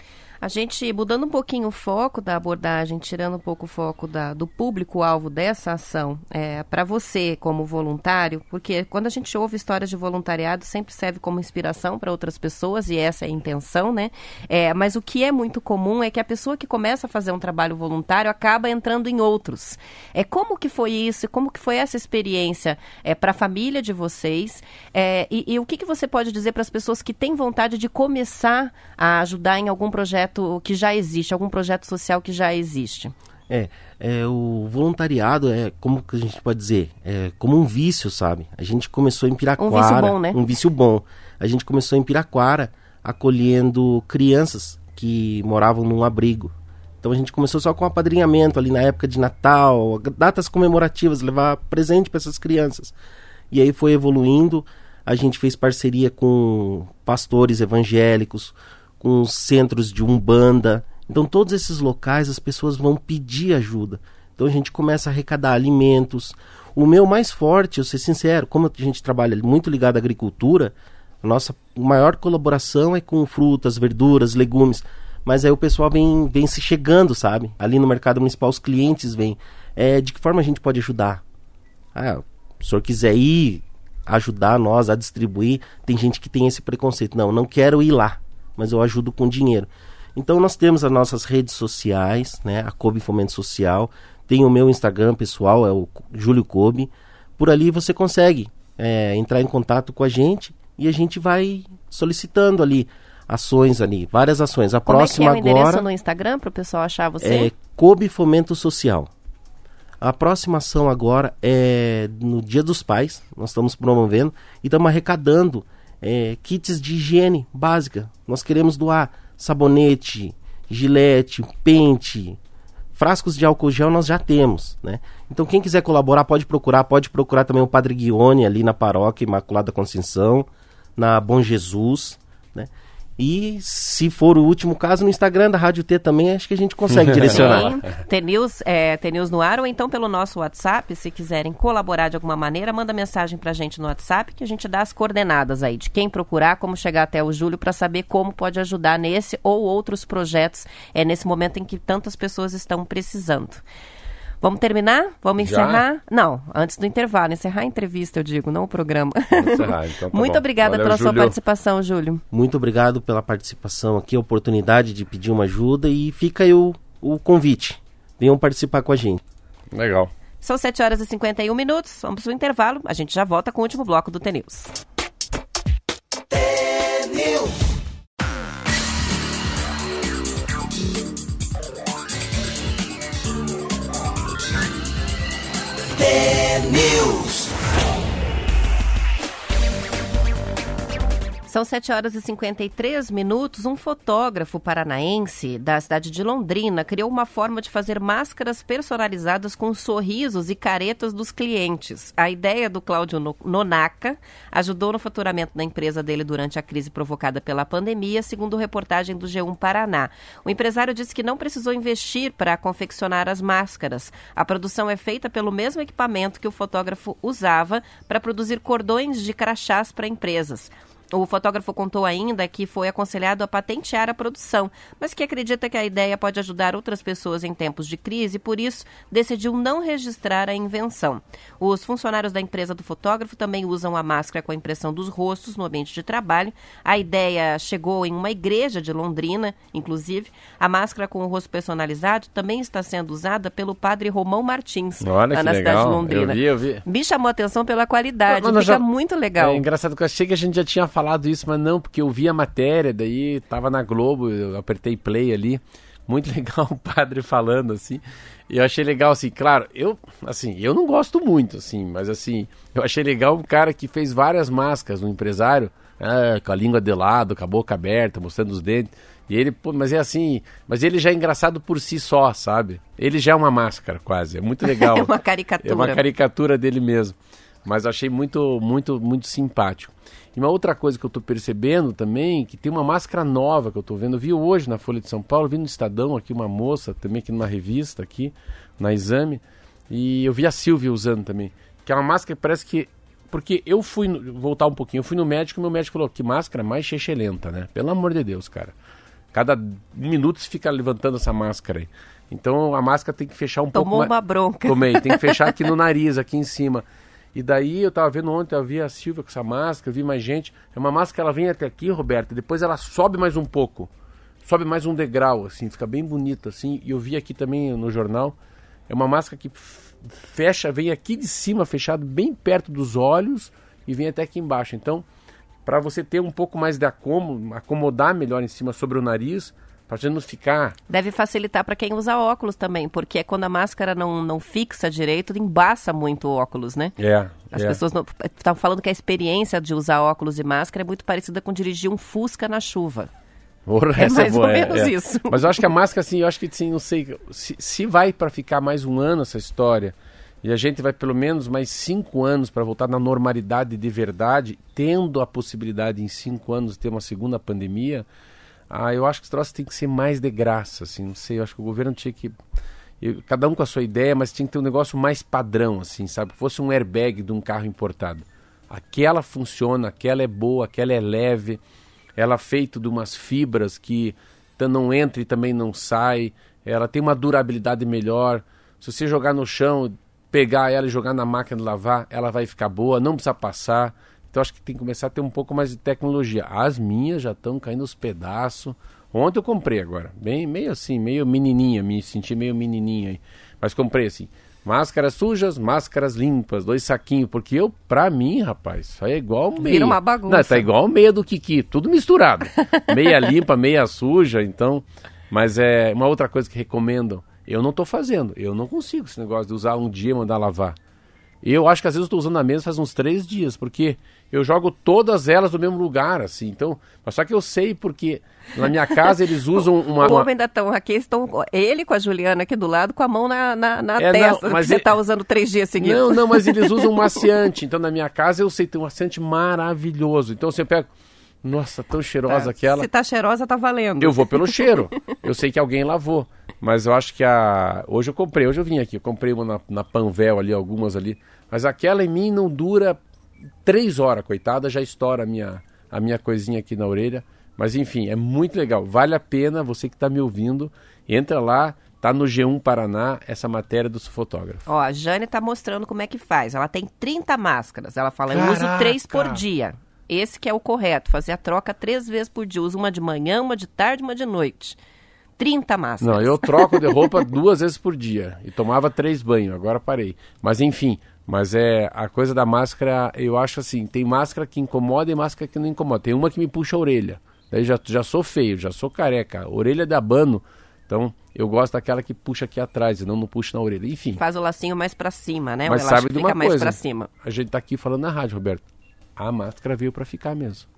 A gente, mudando um pouquinho o foco da abordagem, tirando um pouco o foco da, do público-alvo dessa ação, é, para você como voluntário, porque quando a gente ouve histórias de voluntariado, sempre serve como inspiração para outras pessoas, e essa é a intenção, né? É, mas o que é muito comum é que a pessoa que começa a fazer um trabalho voluntário acaba entrando em outros. É, como que foi isso? Como que foi essa experiência é, para a família de vocês? É, e, e o que, que você pode dizer para as pessoas que têm vontade de começar a ajudar em algum projeto que já existe, algum projeto social que já existe? É, é, o voluntariado é, como que a gente pode dizer, é como um vício, sabe? A gente começou em Piraquara... Um vício bom, né? Um vício bom. A gente começou em Piraquara, acolhendo crianças que moravam num abrigo. Então a gente começou só com apadrinhamento ali na época de Natal, datas comemorativas, levar presente para essas crianças. E aí foi evoluindo, a gente fez parceria com pastores evangélicos, com centros de Umbanda. Então todos esses locais as pessoas vão pedir ajuda. Então a gente começa a arrecadar alimentos. O meu mais forte, eu ser sincero, como a gente trabalha muito ligado à agricultura, a nossa maior colaboração é com frutas, verduras, legumes. Mas aí o pessoal vem, vem se chegando, sabe? Ali no mercado municipal os clientes vêm. É, de que forma a gente pode ajudar? Ah, se o senhor quiser ir ajudar nós a distribuir, tem gente que tem esse preconceito. Não, não quero ir lá, mas eu ajudo com dinheiro. Então nós temos as nossas redes sociais, né? A Cobe Fomento Social. Tem o meu Instagram pessoal, é o Júlio Cobe. Por ali você consegue é, entrar em contato com a gente e a gente vai solicitando ali ações ali, várias ações. A Como próxima é que é o endereço agora no Instagram para o pessoal achar você? é Cobe Fomento Social. A próxima ação agora é no Dia dos Pais. Nós estamos promovendo e estamos arrecadando é, kits de higiene básica. Nós queremos doar sabonete, gilete, pente, frascos de álcool gel nós já temos, né? Então quem quiser colaborar pode procurar, pode procurar também o Padre Guione ali na Paróquia Imaculada Conceição, na Bom Jesus, né? E se for o último caso, no Instagram da Rádio T também, acho que a gente consegue direcionar. T-News, é, T-News no ar, ou então pelo nosso WhatsApp, se quiserem colaborar de alguma maneira, manda mensagem pra gente no WhatsApp, que a gente dá as coordenadas aí de quem procurar, como chegar até o Júlio para saber como pode ajudar nesse ou outros projetos, é nesse momento em que tantas pessoas estão precisando. Vamos terminar? Vamos Já? encerrar? Não, antes do intervalo. Encerrar a entrevista, eu digo, não o programa. Vamos encerrar, então tá Muito bom. obrigada Valeu, pela sua Júlio. participação, Júlio. Muito obrigado pela participação aqui, a oportunidade de pedir uma ajuda e fica aí o, o convite. Venham participar com a gente. Legal. São sete horas e cinquenta e um minutos, vamos para o intervalo. A gente já volta com o último bloco do T-News. T-News. São sete horas e cinquenta e três minutos. Um fotógrafo paranaense da cidade de Londrina criou uma forma de fazer máscaras personalizadas com sorrisos e caretas dos clientes. A ideia do Cláudio Nonaka ajudou no faturamento da empresa dele durante a crise provocada pela pandemia, segundo reportagem do G um Paraná. O empresário disse que não precisou investir para confeccionar as máscaras. A produção é feita pelo mesmo equipamento que o fotógrafo usava para produzir cordões de crachás para empresas. O fotógrafo contou ainda que foi aconselhado a patentear a produção, mas que acredita que a ideia pode ajudar outras pessoas em tempos de crise e, por isso, decidiu não registrar a invenção. Os funcionários da empresa do fotógrafo também usam a máscara com a impressão dos rostos no ambiente de trabalho. A ideia chegou em uma igreja de Londrina, inclusive. A máscara com o rosto personalizado também está sendo usada pelo padre Romão Martins, Olha lá que na legal. cidade de Londrina. Eu vi, eu vi. Me chamou a atenção pela qualidade, Mas nós fica já- muito legal. É engraçado que eu achei que a gente já tinha falado isso, mas não, porque eu vi a matéria, daí tava na Globo, eu apertei play ali, muito legal o padre falando, assim, e eu achei legal, assim, claro, eu, assim, eu não gosto muito, assim, mas assim, eu achei legal um cara que fez várias máscaras, um empresário, ah, com a língua de lado, com a boca aberta, mostrando os dentes, e ele, pô, mas é assim, mas ele já é engraçado por si só, sabe? Ele já é uma máscara, quase, é muito legal. É uma caricatura. É uma caricatura dele mesmo. Mas eu achei muito, muito, muito simpático. E uma outra coisa que eu estou percebendo também, que tem uma máscara nova que eu estou vendo. Eu vi hoje na Folha de São Paulo, vi no Estadão aqui uma moça, também aqui numa revista, aqui, na Exame. E eu vi a Silvia usando também. Que é uma máscara que parece que... Porque eu fui, no- vou voltar um pouquinho, eu fui no médico e meu médico falou, que máscara mais chechelenta, né? Pelo amor de Deus, cara. Cada minuto você fica levantando essa máscara aí. Então a máscara tem que fechar um Tomou pouco mais... uma bronca. Tomei, tem que fechar aqui no nariz, aqui em cima. E daí eu tava vendo ontem, eu vi a Silvia com essa máscara, eu vi mais gente. É uma máscara que ela vem até aqui, Roberto, e depois ela sobe mais um pouco. Sobe mais um degrau, assim, fica bem bonita, assim. E eu vi aqui também no jornal, é uma máscara que f- fecha, vem aqui de cima, fechado bem perto dos olhos e vem até aqui embaixo. Então, para você ter um pouco mais de acômodo, acomodar melhor em cima sobre o nariz, para você não ficar... Deve facilitar para quem usa óculos também, porque quando a máscara não, não fixa direito, embaça muito o óculos, né? É, As é. pessoas estavam falando que a experiência de usar óculos e máscara é muito parecida com dirigir um Fusca na chuva. O É resto mais bom, ou é, menos é. isso. Mas eu acho que a máscara, assim, eu acho que, assim, não sei, se, se vai para ficar mais um ano essa história, e a gente vai pelo menos mais cinco anos para voltar na normalidade de verdade, tendo a possibilidade em cinco anos de ter uma segunda pandemia, ah, eu acho que esse troço tem que ser mais de graça, assim, não sei, eu acho que o governo tinha que... Eu, cada um com a sua ideia, mas tinha que ter um negócio mais padrão, assim, sabe? Que fosse um airbag de um carro importado. Aquela funciona, aquela é boa, aquela é leve, ela é feita de umas fibras que não entra e também não sai, ela tem uma durabilidade melhor. Se você jogar no chão, pegar ela e jogar na máquina de lavar, ela vai ficar boa, não precisa passar. Então acho que tem que começar a ter um pouco mais de tecnologia. As minhas já estão caindo aos pedaços. Ontem eu comprei agora, bem, meio assim, meio menininha, me senti meio menininha aí. Mas comprei assim, máscaras sujas, máscaras limpas, dois saquinhos, porque eu, pra mim, rapaz, isso aí é igual meia. Vira uma bagunça. Não, tá igual meia do Kiki, tudo misturado. Meia limpa, meia suja, então... Mas é uma outra coisa que recomendam, eu não tô fazendo, eu não consigo esse negócio de usar um dia e mandar lavar. Eu acho que às vezes eu tô usando a mesma faz uns três dias, porque eu jogo todas elas no mesmo lugar, assim, então... Mas só que eu sei porque na minha casa eles usam uma... O uma... homem ainda estão aqui, estão, ele com a Juliana aqui do lado, com a mão na, na, na É, testa, não, mas que você ele- está usando três dias seguidos. Não, não, mas eles usam um maciante. Então, na minha casa, eu sei, tem um maciante maravilhoso. Então, você pega... Nossa, tão cheirosa aquela. Se tá cheirosa, tá valendo. Eu vou pelo cheiro. Eu sei que alguém lavou. Mas eu acho que a... Hoje eu comprei, hoje eu vim aqui. Eu comprei uma na, na Panvel ali, algumas ali. Mas aquela em mim não dura três horas, coitada. Já estoura a minha, a minha coisinha aqui na orelha. Mas, enfim, é muito legal. Vale a pena, você que está me ouvindo. Entra lá, tá no G um Paraná, essa matéria do fotógrafo. Ó, a Jane tá mostrando como é que faz. Ela tem trinta máscaras. Ela fala, eu uso Caraca! três por dia. Esse que é o correto, fazer a troca três vezes por dia. Uso uma de manhã, uma de tarde, uma de noite. trinta máscaras. Não, eu troco de roupa duas vezes por dia. E tomava três banhos, agora parei. Mas enfim, mas é a coisa da máscara, eu acho assim, tem máscara que incomoda e máscara que não incomoda. Tem uma que me puxa a orelha. Daí já, já sou feio, já sou careca. A orelha de abano. Então, eu gosto daquela que puxa aqui atrás e não, não puxa na orelha. Enfim. Faz o lacinho mais pra cima, né? Mas o elástico sabe de fica uma mais coisa? pra cima. A gente tá aqui falando na rádio, Roberto. A máscara veio pra ficar mesmo.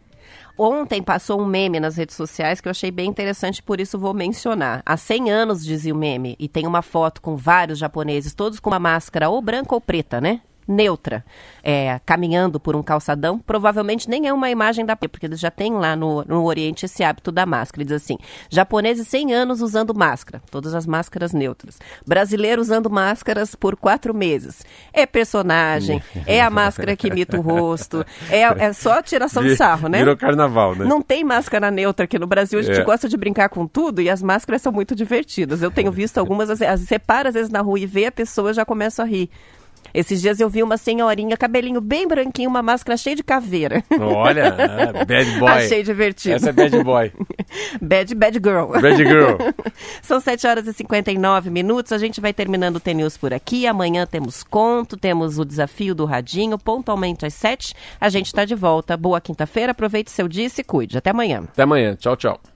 Ontem passou um meme nas redes sociais que eu achei bem interessante, por isso vou mencionar. Há cem anos, dizia o meme, e tem uma foto com vários japoneses, todos com uma máscara ou branca ou preta, né? Neutra, é, caminhando por um calçadão. Provavelmente nem é uma imagem da... Porque eles já têm lá no, no Oriente esse hábito da máscara. Ele diz assim, japoneses cem anos usando máscara, todas as máscaras neutras. Brasileiro usando máscaras por quatro meses. É personagem, é a máscara que imita o rosto, é, é só tiração de sarro, né? Virou carnaval, né? Não tem máscara neutra aqui no Brasil, a gente É. gosta de brincar com tudo e as máscaras são muito divertidas. Eu tenho visto algumas, às vezes, você para às vezes na rua e vê a pessoa, já começa a rir. Esses dias eu vi uma senhorinha, cabelinho bem branquinho, uma máscara cheia de caveira. Olha, ah, bad boy. Achei divertido. Essa é bad boy. Bad, bad girl. Bad girl. São sete horas e cinquenta e nove minutos, a gente vai terminando o T-News por aqui. Amanhã temos conto, temos o desafio do Radinho, pontualmente às sete. A gente está de volta. Boa quinta-feira, aproveite seu dia e se cuide. Até amanhã. Até amanhã. Tchau, tchau.